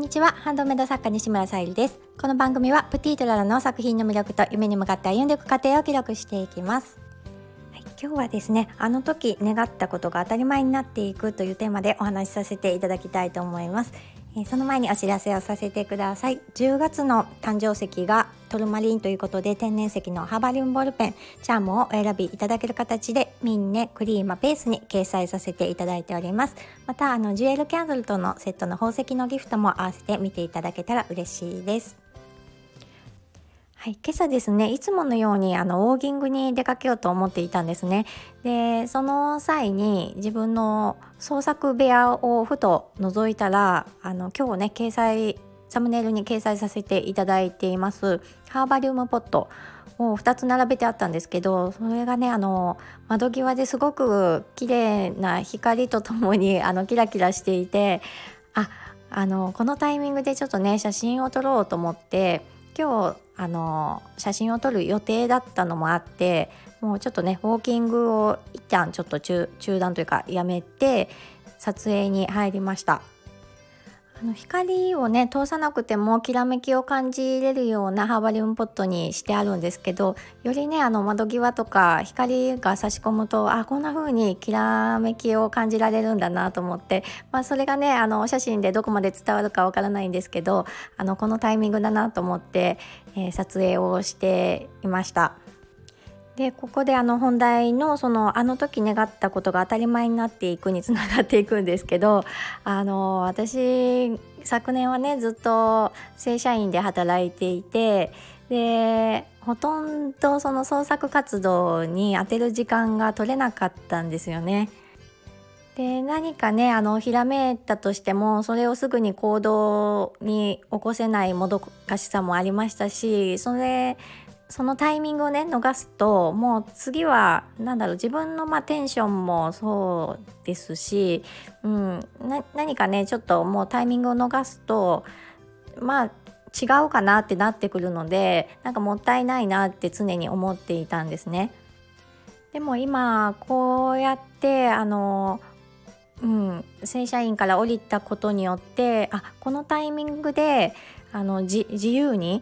にちは。ハンドメイド作家西村さゆりです。この番組はプティートララの作品の魅力と夢に向かって歩んでいく過程を記録していきます。今日はですね、あの時願ったことが当たり前になっていくというテーマでお話しさせていただきたいと思います。その前にお知らせをさせてください。10月の誕生石がトルマリンということで、天然石のハーバリウムボールペンチャームをお選びいただける形でミンネクリーマベースに掲載させていただいております。またジュエルキャンドルとのセットの宝石のギフトも合わせて見ていただけたら嬉しいです。今朝ですね、いつものようにウォーキングに出かけようと思っていたんですね。で、その際に自分の創作部屋をふと覗いたら、今日ねサムネイルに掲載させていただいていますハーバリウムポットを2つ並べてあったんですけど、それがね窓際ですごく綺麗な光とともにキラキラしていて、このタイミングでちょっとね写真を撮ろうと思って、今日写真を撮る予定だったのもあって、もうちょっとねウォーキングを一旦ちょっと中断というかやめて撮影に入りました。光をね通さなくてもきらめきを感じれるようなハーバリウムポットにしてあるんですけど、よりね窓際とか光が差し込むとこんな風にきらめきを感じられるんだなと思って、それがねお写真でどこまで伝わるかわからないんですけど、このタイミングだなと思って、撮影をしていました。でここで本題のあの時願ったことが当たり前になっていくにつながっていくんですけど、私昨年はねずっと正社員で働いていて、でほとんどその創作活動に当てる時間が取れなかったんですよね。で何かねひらめいたとしてもそれをすぐに行動に起こせないもどかしさもありましたし、そのタイミングをね逃すと、もう次は自分のテンションもそうですし、何かねちょっともうタイミングを逃すと違うかなってなってくるので、もったいないなって常に思っていたんですね。でも今こうやって正社員から降りたことによって、このタイミングで自由に、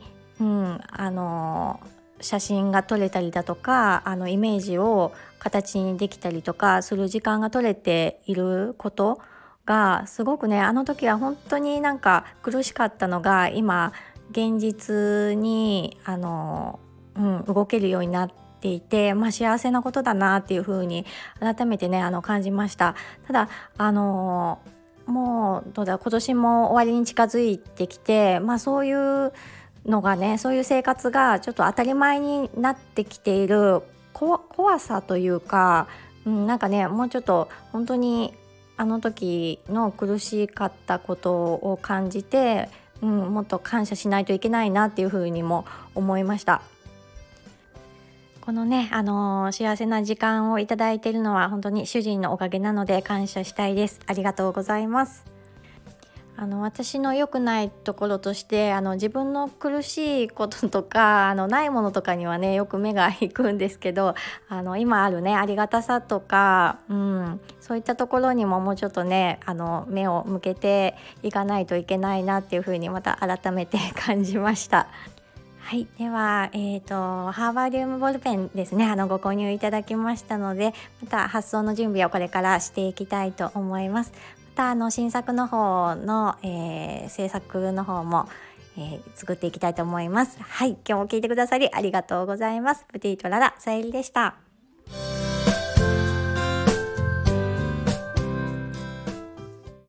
写真が撮れたりだとかイメージを形にできたりとかする時間が取れていることがすごくね、あの時は本当に苦しかったのが今現実に動けるようになっていて、幸せなことだなっていう風に改めてね感じました。ただもう今年も終わりに近づいてきて、そういうのがね、そういう生活がちょっと当たり前になってきている怖さというか、もうちょっと本当にあの時の苦しかったことを感じて、もっと感謝しないといけないなっていうふうにも思いました。このね、幸せな時間をいただいているのは本当に主人のおかげなので感謝したいです。ありがとうございます。私の良くないところとして自分の苦しいこととかないものとかにはねよく目が行くんですけど、今あるねありがたさとか、そういったところにももうちょっとね目を向けていかないといけないなっていうふうにまた改めて感じました。では、ハーバリウムボールペンですねご購入いただきましたので、また発送の準備をこれからしていきたいと思います。また新作の方の、制作の方も、作っていきたいと思います。今日も聞いてくださりありがとうございます。プティトララさゆりでした。